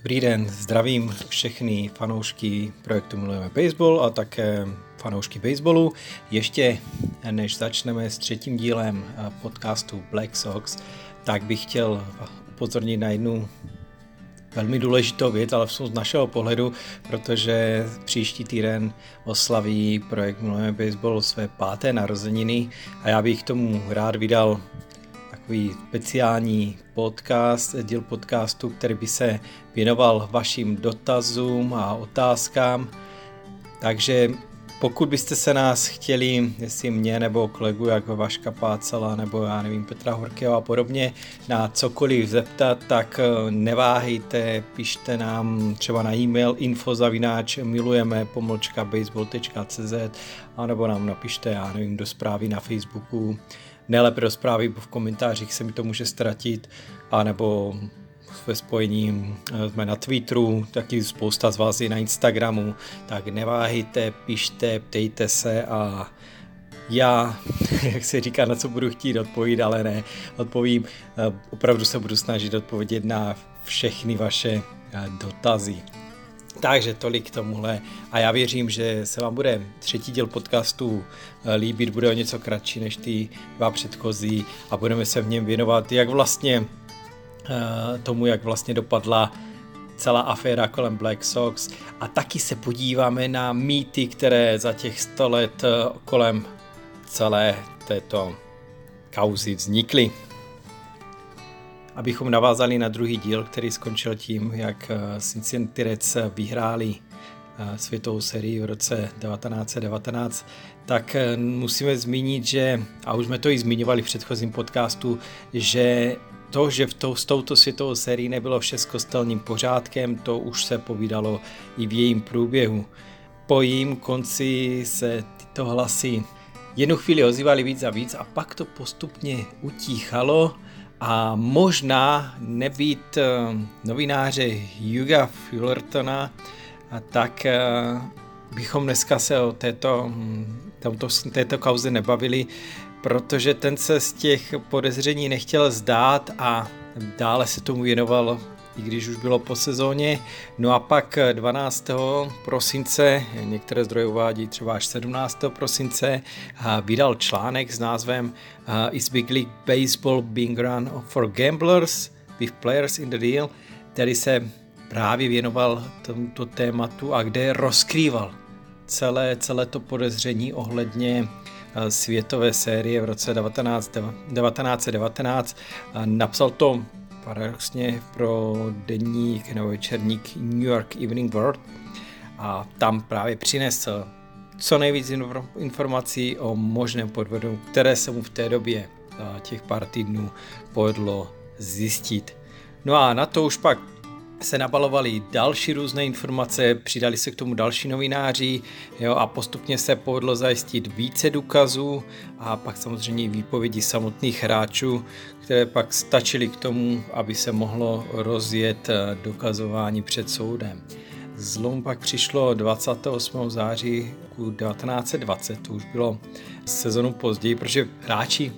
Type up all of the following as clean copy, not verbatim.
Dobrý den, zdravím všechny fanoušky projektu Milujeme baseball a také fanoušky baseballu. Ještě než začneme s třetím dílem podcastu Black Sox, tak bych chtěl upozornit na jednu velmi důležitou věc, ale z našeho pohledu, protože příští týden oslaví projekt Milujeme baseball své 5. narozeniny a já bych k tomu rád vydal takový speciální podcast, díl podcastu, který by se věnoval vašim dotazům a otázkám. Takže pokud byste se nás chtěli, jestli mě nebo kolegu jako Vaška Pácala nebo já nevím Petra Horkého a podobně, na cokoliv zeptat, tak neváhejte, pište nám třeba na e-mail info@milujeme-baseball.cz anebo nám napište, já nevím, do zprávy na Facebooku, nejlépe do zprávy, bo v komentářích se mi to může ztratit, anebo ve spojení jsme na Twitteru, taky spousta z vás je na Instagramu, tak neváhejte, pište, ptejte se a já, jak se říká, na co budu chtít odpovědět, ale ne, odpovím, opravdu se budu snažit odpovědět na všechny vaše dotazy. Takže tolik k tomuhle a já věřím, že se vám bude třetí díl podcastu líbit, bude o něco kratší než ty dva předchozí a budeme se v něm věnovat jak vlastně tomu, jak vlastně dopadla celá aféra kolem Black Sox a taky se podíváme na mýty, které za těch 100 let kolem celé této kauzy vznikly. Abychom navázali na druhý díl, který skončil tím, jak Cincinnati Reds vyhráli světovou sérii v roce 1919, tak musíme zmínit, že, a už jsme to i zmiňovali v předchozím podcastu, že to, že s touto světovou sérií nebylo vše s kostelním pořádkem, to už se povídalo i v jejím průběhu. Po jejím konci se tyto hlasy jednu chvíli ozývaly víc a víc a pak to postupně utíchalo a možná nebýt novináře Huga Fullertona, tak bychom dneska se o této kauze nebavili, protože ten se z těch podezření nechtěl zdát a dále se tomu věnoval, i když už bylo po sezóně. No a pak 12. prosince, některé zdroje uvádí třeba až 17. prosince, vydal článek s názvem Is Big League Baseball being run for gamblers with players in the deal, který se právě věnoval tomuto tématu a kde rozkrýval celé to podezření ohledně světové série v roce 1919. Napsal to paradoxně pro deník nebo večerník New York Evening World a tam právě přinesl co nejvíc informací o možném podvodu, které se mu v té době těch pár týdnů povedlo zjistit. No a na to už pak se nabalovaly další různé informace, přidali se k tomu další novináři, a postupně se povedlo zajistit více důkazů a pak samozřejmě výpovědi samotných hráčů, které pak stačily k tomu, aby se mohlo rozjet dokazování před soudem. Zlom pak přišlo 28. září 1920, to už bylo sezonu později, protože hráči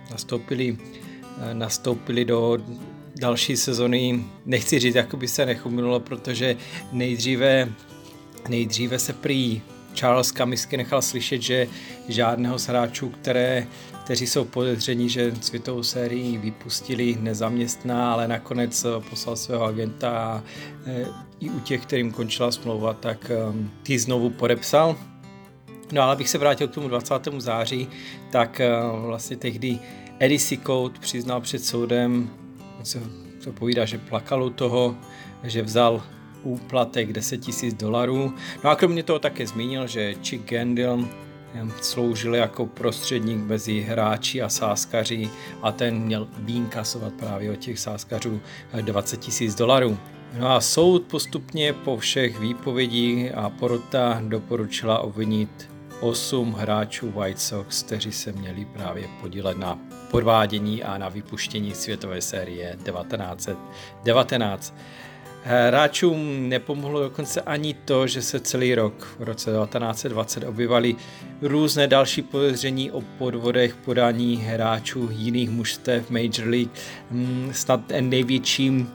nastoupili do další sezony, nechci říct, jako by se nechuminulo, protože nejdříve se prý Charles Comiskey nechal slyšet, že žádného z hráčů, kteří jsou podezření, že světovou sérii vypustili, nezaměstná, ale nakonec poslal svého agenta a i u těch, kterým končila smlouva, tak ty znovu podepsal. No ale abych se vrátil k tomu 20. září, tak vlastně tehdy Eddie Cicotte přiznal před soudem, se povídá, že plakal u toho, že vzal úplatek $10,000. No a kromě toho také zmínil, že Chick Gandil sloužil jako prostředník mezi hráči a sázkaři a ten měl vyinkasovat právě od těch sázkařů $20,000. No a soud postupně po všech výpovědích a porota doporučila obvinit 8 hráčů White Sox, kteří se měli právě podílet na podvádění a na vypuštění světové série 1919. Hráčům nepomohlo dokonce ani to, že se celý rok v roce 1920 objevaly různé další podezření o podvodech podání hráčů jiných mužstev Major League. Snad největším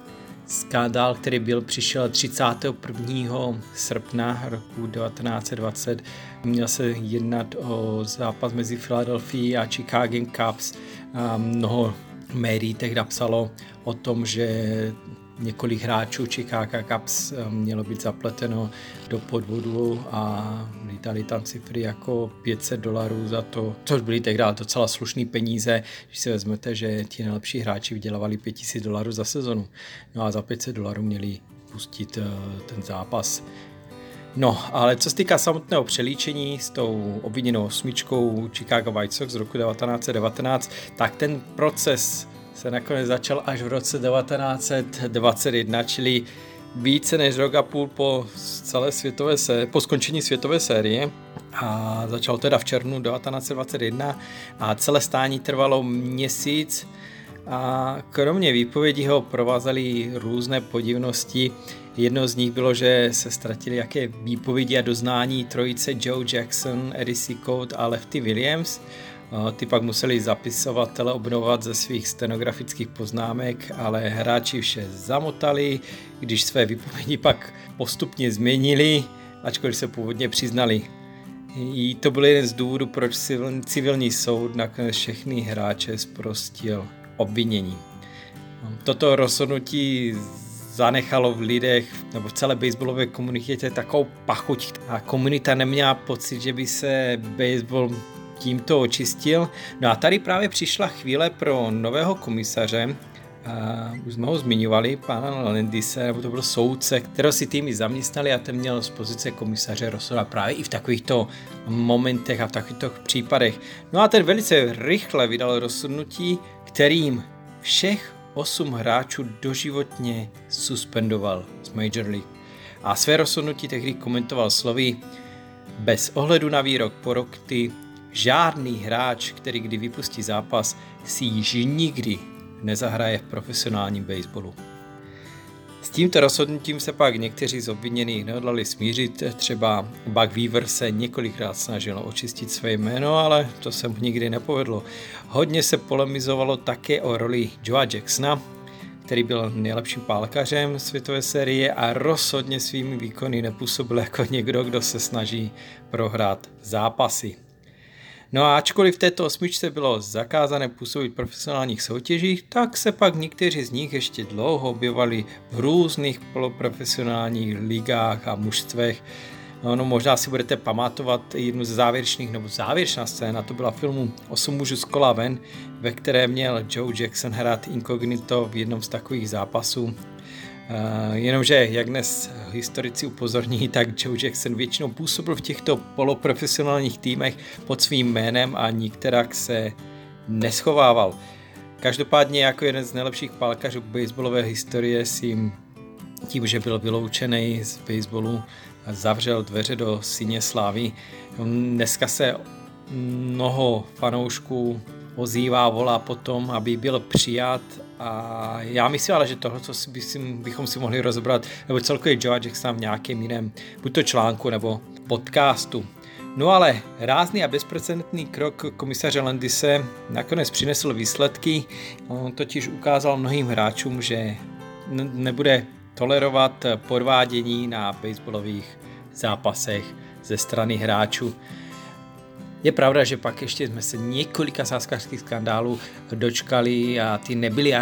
skandál, který přišel 31. srpna roku 1920. Měl se jednat o zápas mezi Philadelphia a Chicago Cubs. Mnoho médií tehdy psalo o tom, že několik hráčů Chicago Cubs mělo být zapleteno do podvodu a lítali tam cifry jako $500 za to, což byly tehdy docela slušný peníze, když si vezmete, že ti nejlepší hráči vydělávali $5,000 za sezonu. No a za $500 měli pustit ten zápas. No, ale co se týká samotného přelíčení s tou obviněnou osmičkou Chicago White Sox z roku 1919, tak ten proces se nakonec začal až v roce 1921, čili více než rok a půl po skončení světové série. A začal teda v červnu 1921 a celé stání trvalo měsíc a kromě výpovědí ho provázely různé podivnosti. Jedno z nich bylo, že se ztratily jaké výpovědi a doznání trojice Joe Jackson, Eddie Seacoat a Lefty Williams. Ty pak museli zapisovatele obnovovat ze svých stenografických poznámek, ale hráči vše zamotali, když své výpovědi pak postupně změnili, ačkoliv se původně přiznali. I to byl jeden z důvodů, proč civilní soud nakonec všechny hráče zprostil obvinění. Toto rozhodnutí zanechalo v lidech nebo v celé baseballové komunitě takovou pachuť a komunita neměla pocit, že by se baseball tímto očistil. No a tady právě přišla chvíle pro nového komisaře, už jsme ho zmiňovali, pana Landise, nebo to byl soudce, kterého si týmy zaměstnali a ten měl z pozice komisaře rozhodovat právě i v takovýchto momentech a v takovýchto případech. No a ten velice rychle vydal rozhodnutí, kterým všech 8 hráčů doživotně suspendoval z Major League. A své rozhodnutí tehdy komentoval slovy: bez ohledu na výrok porokty, žádný hráč, který kdy vypustí zápas, si již nikdy nezahraje v profesionálním baseballu. S tímto rozhodnutím se pak někteří z obviněných nehodlali smířit, třeba Buck Weaver se několikrát snažil očistit své jméno, ale to se mu nikdy nepovedlo. Hodně se polemizovalo také o roli Joea Jacksona, který byl nejlepším pálkařem světové série a rozhodně svými výkony nepůsobil jako někdo, kdo se snaží prohrát zápasy. No a ačkoliv v této osmičce bylo zakázané působit v profesionálních soutěžích, tak se pak někteří z nich ještě dlouho objevovali v různých poloprofesionálních ligách a mužstvech. No, možná si budete pamatovat jednu ze závěrečných, nebo závěrečná scéna, to byla filmu 8 mužů z kola ven, ve které měl Joe Jackson hrát inkognito v jednom z takových zápasů. Jenomže, jak dnes historici upozorní, tak Joe Jackson většinou působil v těchto poloprofesionálních týmech pod svým jménem a nikterak se neschovával. Každopádně jako jeden z nejlepších pálkařů baseballové historie si tím, že byl vyloučený z baseballu, zavřel dveře do síně slávy. Dneska se mnoho fanoušků ozývá, volá potom, aby byl přijat, a já myslím ale, že tohle bychom si mohli rozebrat, nebo celkově Joe Jacksona v nějakém jiném, buď to článku nebo podcastu. No ale rázný a bezprecedentní krok komisaře Landise nakonec přinesl výsledky. On totiž ukázal mnohým hráčům, že nebude tolerovat podvádění na baseballových zápasech ze strany hráčů. Je pravda, že pak ještě jsme se několika sázkařských skandálů dočkali a ty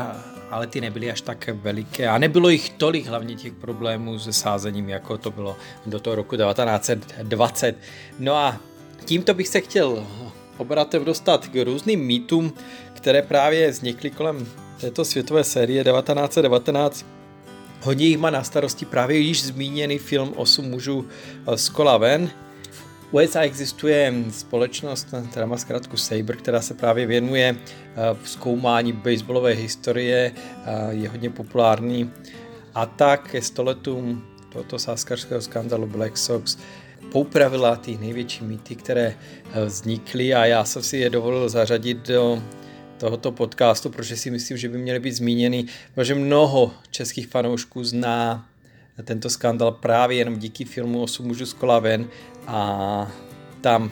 nebyly až tak veliké a nebylo jich tolik, hlavně těch problémů se sázením, jako to bylo do toho roku 1920. No a tímto bych se chtěl obratem dostat k různým mýtům, které právě vznikly kolem této světové série 1919. Hodně jich má na starosti právě již zmíněný film 8 mužů z kola ven. U USA existuje společnost, která má zkrátku Saber, která se právě věnuje zkoumání baseballové historie, je hodně populární. A tak ke 100 letům tohoto sázkařského skandalu Black Sox poupravila ty největší mýty, které vznikly, a já jsem si je dovolil zařadit do tohoto podcastu, protože si myslím, že by měly být zmíněny, protože mnoho českých fanoušků zná tento skandal právě jenom díky filmu 8 mužů z kola ven a tam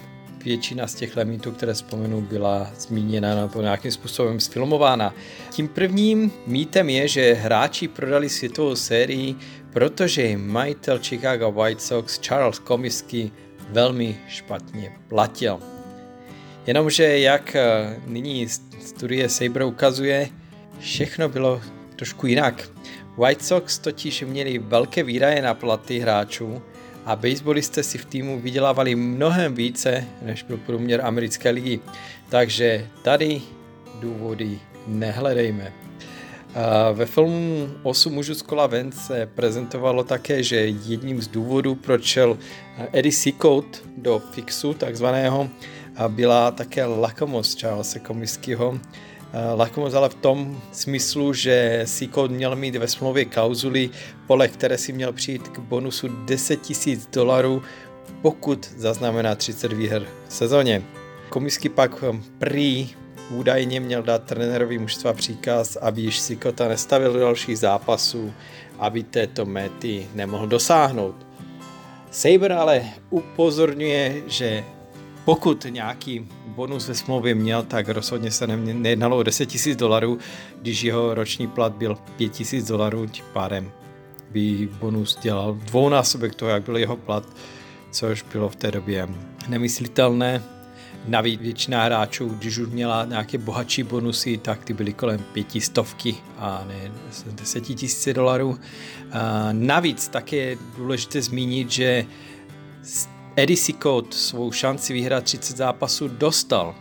většina z těchto mýtů, které vzpomenu, byla zmíněna nebo nějakým způsobem sfilmována. Tím prvním mýtem je, že hráči prodali světovou sérii, protože jim majitel Chicago White Sox Charles Comiskey velmi špatně platil. Jenomže jak nyní studie SABRE ukazuje, všechno bylo trošku jinak. White Sox totiž měli velké výdaje na platy hráčů a baseballisté si v týmu vydělávali mnohem více, než byl průměr americké ligy. Takže tady důvody nehledejme. Ve filmu 8 mužů z kola ven se prezentovalo také, že jedním z důvodů, proč šel Eddie Cicotte do fixu takzvaného, byla také lakomost Charlese Comiskeyho. Lakomost ale v tom smyslu, že Cicotte měl mít ve smlouvě klauzuli, podle které si měl přijít k bonusu $10,000, pokud zaznamená 30 výher v sezóně. Comiskey pak prý údajně měl dát trenérovi mužstva příkaz, aby již Cicotta nestavil do dalších zápasů, aby této méty nemohl dosáhnout. SABRE ale upozorňuje, že pokud nějaký bonus ve smlouvě měl, tak rozhodně se nejednalo o $10,000, když jeho roční plat byl $5,000, tím pádem by bonus dělal dvounásobek toho, jak byl jeho plat, což bylo v té době nemyslitelné. Navíc většina hráčů, když už měla nějaké bohatší bonusy, tak ty byly kolem 500 a ne $10,000. Navíc také je důležité zmínit, že Eddie Cicotte svou šanci vyhrát 30 zápasů dostal.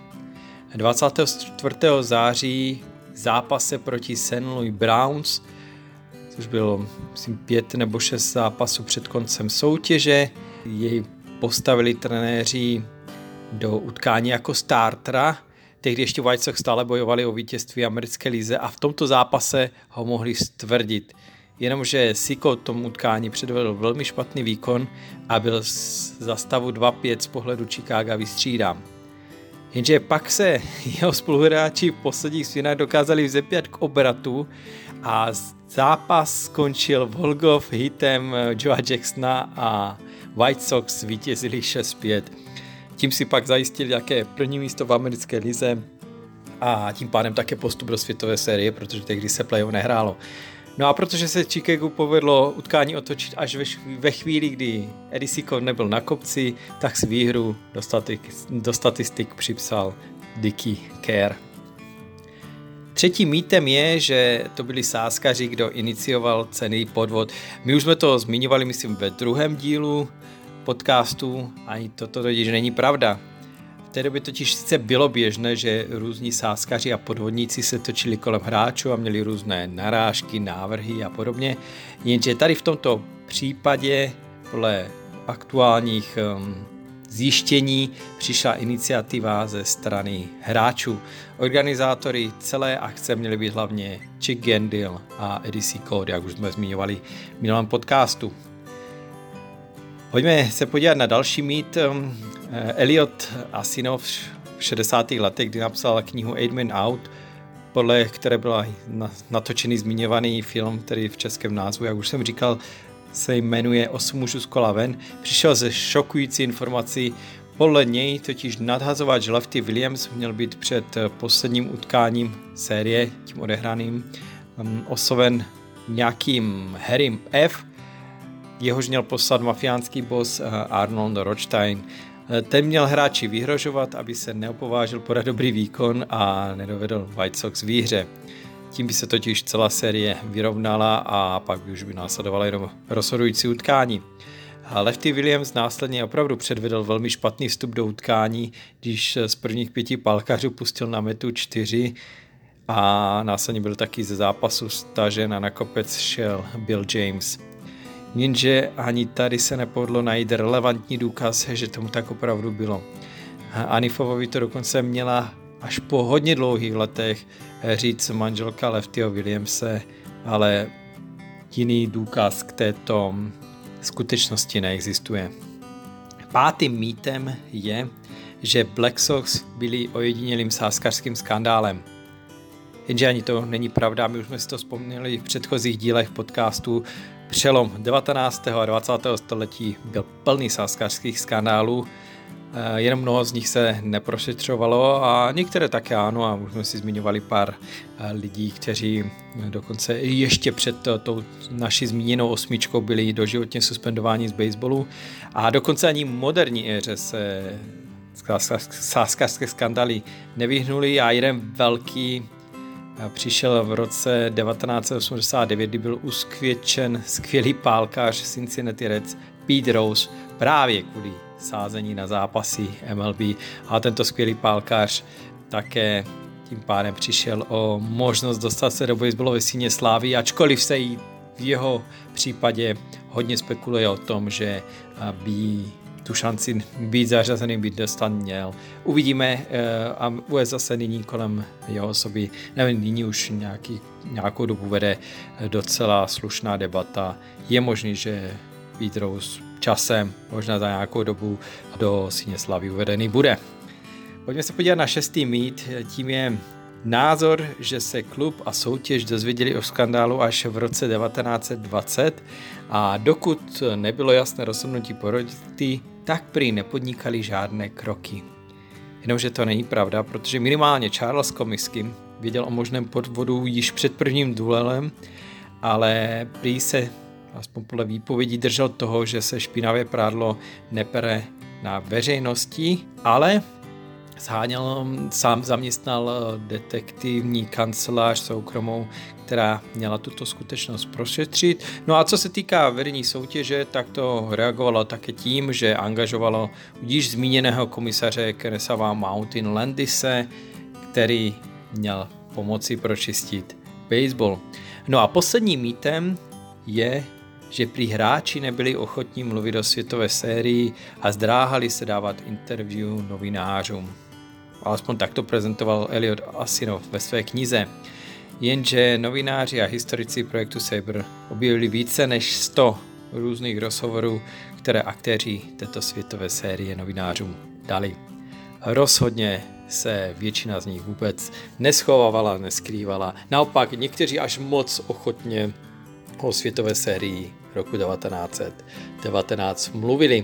24. září v zápase proti St. Louis Browns, což bylo myslím 5 nebo 6 zápasů před koncem soutěže, jej postavili trenéři do utkání jako startera. Tehdy ještě White Sox stále bojovali o vítězství americké lize a v tomto zápase ho mohli stvrdit. Jenomže Cicotte tomu utkání předvedl velmi špatný výkon a byl za stavu 2-5 z pohledu Chicaga vystřídán. Jenže pak se jeho spoluhráči v posledních svěnách dokázali vzepět k obratu a zápas skončil walk-off hitem Joea Jacksona a White Sox vítězili 6-5. Tím si pak zajistili nějaké první místo v americké lize a tím pádem také postup do světové série, protože tehdy se playoff nehrálo. No a protože se Chicagu povedlo utkání otočit až ve chvíli, kdy Eddie Cicotte nebyl na kopci, tak si výhru do statistik připsal Dickie Kerr. Třetím mýtem je, že to byli sázkaři, kdo inicioval celý podvod. My už jsme to zmiňovali, myslím, ve druhém dílu podcastu, ani toto totiž není pravda. V té době totiž sice bylo běžné, že různí sázkaři a podvodníci se točili kolem hráčů a měli různé narážky, návrhy a podobně, jenže tady v tomto případě podle aktuálních zjištění přišla iniciativa ze strany hráčů. Organizátory celé akce měly být hlavně Chick Gandil a Eddie Cicotte, jak už jsme zmiňovali v minulém podcastu. Pojďme se podívat na další mýt. Elliot Asinov v 60. letech, kdy napsal knihu Eight Men Out, podle které byla natočený zmiňovaný film, který v českém názvu, jak už jsem říkal, se jmenuje 8 mužů z kola ven, přišel ze šokující informací. Podle něj totiž nadhazovač Lefty Williams měl být před posledním utkáním série, tím odehráným, osloven nějakým Harrym F., jehož měl poslat mafiánský boss Arnold Rothstein. Ten měl hráči vyhrožovat, aby se neopovážil podat dobrý výkon a nedovedl White Sox v hře. Tím by se totiž celá série vyrovnala a pak by už by následovala jenom rozhodující utkání. Lefty Williams následně opravdu předvedl velmi špatný vstup do utkání, když z prvních 5 palkařů pustil na metu 4 a následně byl taky ze zápasu stažen a na kopec šel Bill James. Jenže ani tady se nepovedlo najít relevantní důkaz, že tomu tak opravdu bylo. Anifovovi to dokonce měla až po hodně dlouhých letech říct manželka Leftyho Williamse, ale jiný důkaz k této skutečnosti neexistuje. Pátým mýtem je, že Black Sox byli ojedinělým sázkařským skandálem. Jenže ani to není pravda, my už jsme si to vzpomněli v předchozích dílech podcastu. Přelom 19. a 20. století byl plný sázkařských skandálů Jenom mnoho z nich se neprošetřovalo a některé také ano, a už jsme si zmiňovali pár lidí, kteří dokonce ještě před tou naší zmíněnou 8 byli doživotně suspendováni z baseballu a dokonce ani moderní éře se sázkařské skandály nevyhnuli a jeden velký přišel v roce 1989, kdy byl uskvěčen skvělý pálkař Cincinnati Reds Pete Rose právě kvůli sázení na zápasy MLB a tento skvělý pálkař také tím pádem přišel o možnost dostat se do baseballové síně slávy, ačkoliv se jí v jeho případě hodně spekuluje o tom, že by tu šanci být zařazený být dostat měl. Uvidíme a bude zase nyní kolem jeho osoby, nevím, nyní už nějakou dobu vede docela slušná debata. Je možný, že Pete Rose časem, možná za nějakou dobu do síně slávy uvedený bude. Pojďme se podívat na 6. mýt, tím je názor, že se klub a soutěž dozvěděli o skandálu až v roce 1920 a dokud nebylo jasné rozhodnutí poroty, tak prý nepodnikali žádné kroky. Jenomže to není pravda, protože minimálně Charles Comiskey věděl o možném podvodu již před prvním duelem, ale prý se aspoň podle výpovědí držel toho, že se špinavé prádlo nepere na veřejnosti, ale sám zaměstnal detektivní kancelář soukromou, která měla tuto skutečnost prošetřit. No a co se týká vedení soutěže, tak to reagovalo také tím, že angažovalo již zmíněného komisaře Kenesava Mountain Landise, který měl pomoci pročistit baseball. No a posledním mýtem je, že prý hráči nebyli ochotní mluvit o světové sérii a zdráhali se dávat interview novinářům. Alespoň tak to prezentoval Elliot Asinov ve své knize. Jenže novináři a historici projektu Saber objevili více než 100 různých rozhovorů, které aktéři této světové série novinářům dali. Rozhodně se většina z nich vůbec neschovávala, neskrývala. Naopak někteří až moc ochotně o světové sérii roku 1919 mluvili.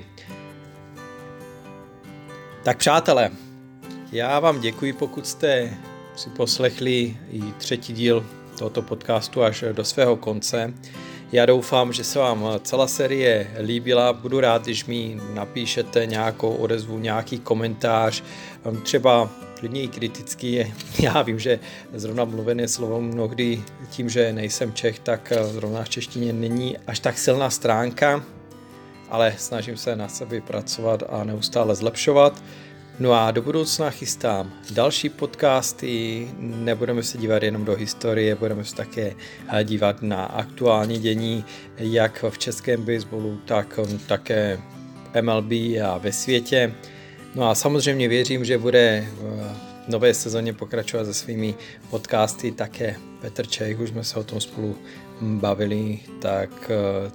Tak přátelé, já vám děkuji, pokud jste si poslechli i 3. díl tohoto podcastu až do svého konce. Já doufám, že se vám celá série líbila. Budu rád, když mi napíšete nějakou odezvu, nějaký komentář, třeba klidně i kritický. Já vím, že zrovna mluvené slovo mnohdy tím, že nejsem Čech, tak zrovna v češtině není až tak silná stránka, ale snažím se na sebe pracovat a neustále zlepšovat. No a do budoucna chystám další podcasty, nebudeme se dívat jenom do historie, budeme se také dívat na aktuální dění, jak v českém baseballu, tak také MLB a ve světě. No a samozřejmě věřím, že bude v nové sezóně pokračovat se svými podcasty také Petr Čech, už jsme se o tom spolu bavili, tak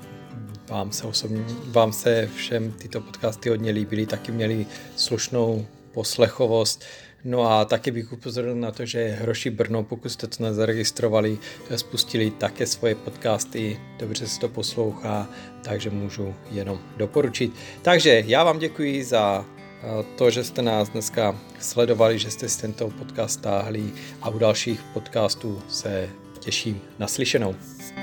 vám se všem tyto podcasty hodně líbily, taky měli slušnou poslechovost. No a taky bych upozornil na to, že Hroši Brno, pokud jste to nezaregistrovali, spustili také svoje podcasty, dobře se to poslouchá, takže můžu jenom doporučit. Takže já vám děkuji za to, že jste nás dneska sledovali, že jste si tento podcast stáhli a u dalších podcastů se těším na slyšenou.